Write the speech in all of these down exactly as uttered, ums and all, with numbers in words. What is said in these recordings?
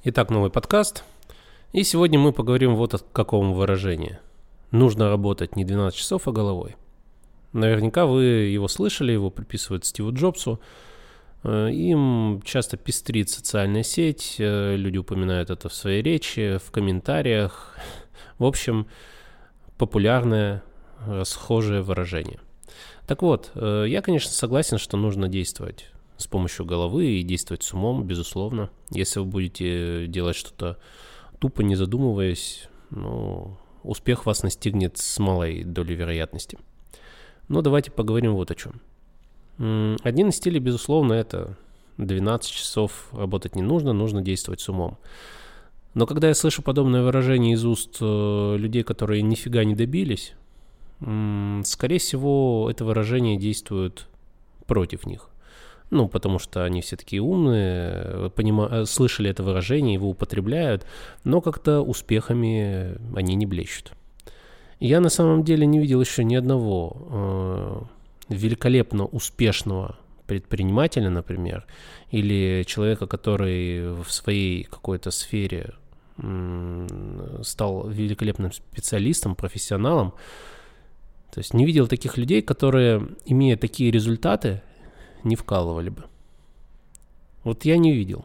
Итак, новый подкаст. И сегодня мы поговорим вот о каком выражении. Нужно работать не двенадцать часов, а головой. Наверняка вы его слышали, его приписывают Стиву Джобсу. Им часто пестрит социальная сеть, люди упоминают это в своей речи, в комментариях. В общем, популярное, расхожее выражение. Так вот, я, конечно, согласен, что нужно действовать с помощью головы и действовать с умом, безусловно. Если вы будете делать что-то тупо, не задумываясь, ну, успех вас настигнет с малой долей вероятности. Но давайте поговорим вот о чем. Один из стилей, безусловно, это двенадцать часов работать не нужно, нужно действовать с умом. Но когда я слышу подобное выражение из уст людей, которые нифига не добились, скорее всего, это выражение действует против них. Ну, потому что они все такие умные, понима- слышали это выражение, его употребляют, но как-то успехами они не блещут. Я на самом деле не видел еще ни одного э, великолепно успешного предпринимателя, например, или человека, который в своей какой-то сфере э, стал великолепным специалистом, профессионалом. То есть не видел таких людей, которые, имея такие результаты, не вкалывали бы. Вот я не видел,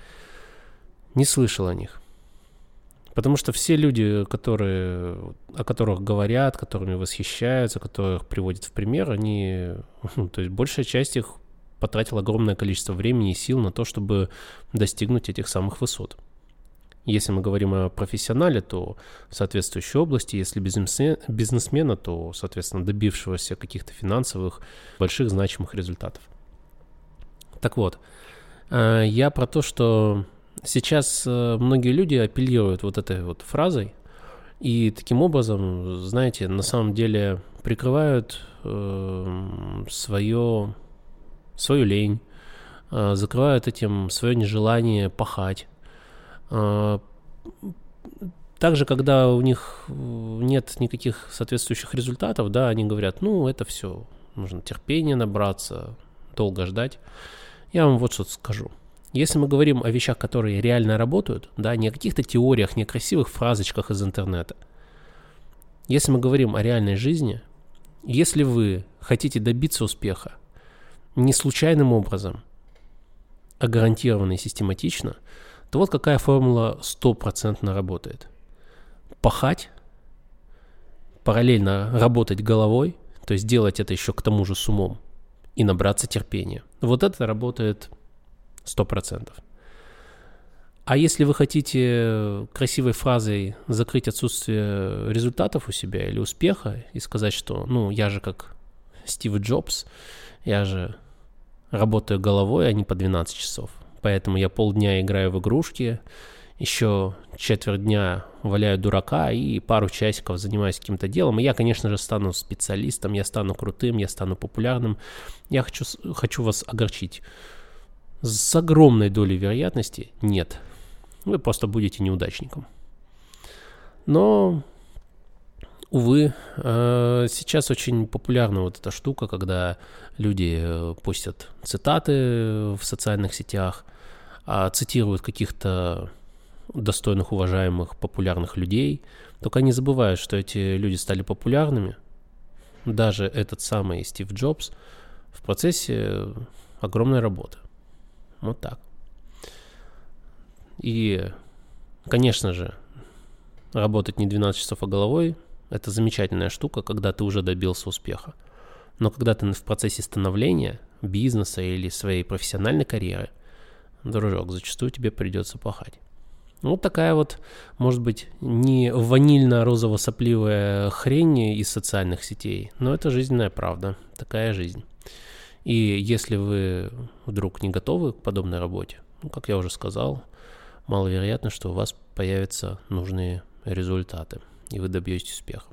не слышал о них. Потому что все люди, которые, о которых говорят, которыми восхищаются, которых приводят в пример, они, ну, то есть большая часть их потратила огромное количество времени и сил на то, чтобы достигнуть этих самых высот. Если мы говорим о профессионале, то в соответствующей области, если бизнесмена, то, соответственно, добившегося каких-то финансовых, больших, значимых результатов. Так вот, я про то, что сейчас многие люди апеллируют вот этой вот фразой и таким образом, знаете, на самом деле прикрывают свое, свою лень, закрывают этим свое нежелание пахать. Также, когда у них нет никаких соответствующих результатов, да, они говорят, ну, это все, нужно терпения набраться, долго ждать. Я вам вот что скажу. Если мы говорим о вещах, которые реально работают, да, не о каких-то теориях, не о красивых фразочках из интернета. Если мы говорим о реальной жизни, если вы хотите добиться успеха не случайным образом, а гарантированно и систематично, то вот какая формула стопроцентно работает. Пахать, параллельно работать головой, то есть делать это еще к тому же с умом, и набраться терпения. Вот это работает сто процентов. А если вы хотите красивой фразой закрыть отсутствие результатов у себя или успеха и сказать, что ну я же как Стив Джобс, я же работаю головой, а не по двенадцать часов. Поэтому я полдня играю в игрушки, еще четверть дня валяю дурака и пару часиков занимаюсь каким-то делом. И я, конечно же, стану специалистом, я стану крутым, я стану популярным. Я хочу, хочу вас огорчить. С огромной долей вероятности нет. Вы просто будете неудачником. Но, увы, сейчас очень популярна вот эта штука, когда люди постят цитаты в социальных сетях, цитируют каких-то достойных, уважаемых, популярных людей. Только они забывают, что эти люди стали популярными. Даже этот самый Стив Джобс в процессе огромной работы. Вот так. И, конечно же, работать не двенадцать часов, а головой – это замечательная штука, когда ты уже добился успеха. Но когда ты в процессе становления бизнеса или своей профессиональной карьеры, дружок, зачастую тебе придется пахать. Вот такая вот, может быть, не ванильно-розово-сопливая хрень из социальных сетей, но это жизненная правда, такая жизнь. И если вы вдруг не готовы к подобной работе, ну, как я уже сказал, маловероятно, что у вас появятся нужные результаты, и вы добьетесь успеха.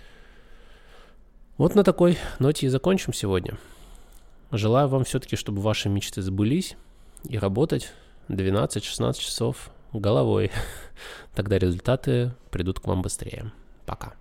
Вот на такой ноте и закончим сегодня. Желаю вам все-таки, чтобы ваши мечты сбылись, и работать двенадцать-шестнадцать часов головой. Тогда результаты придут к вам быстрее. Пока.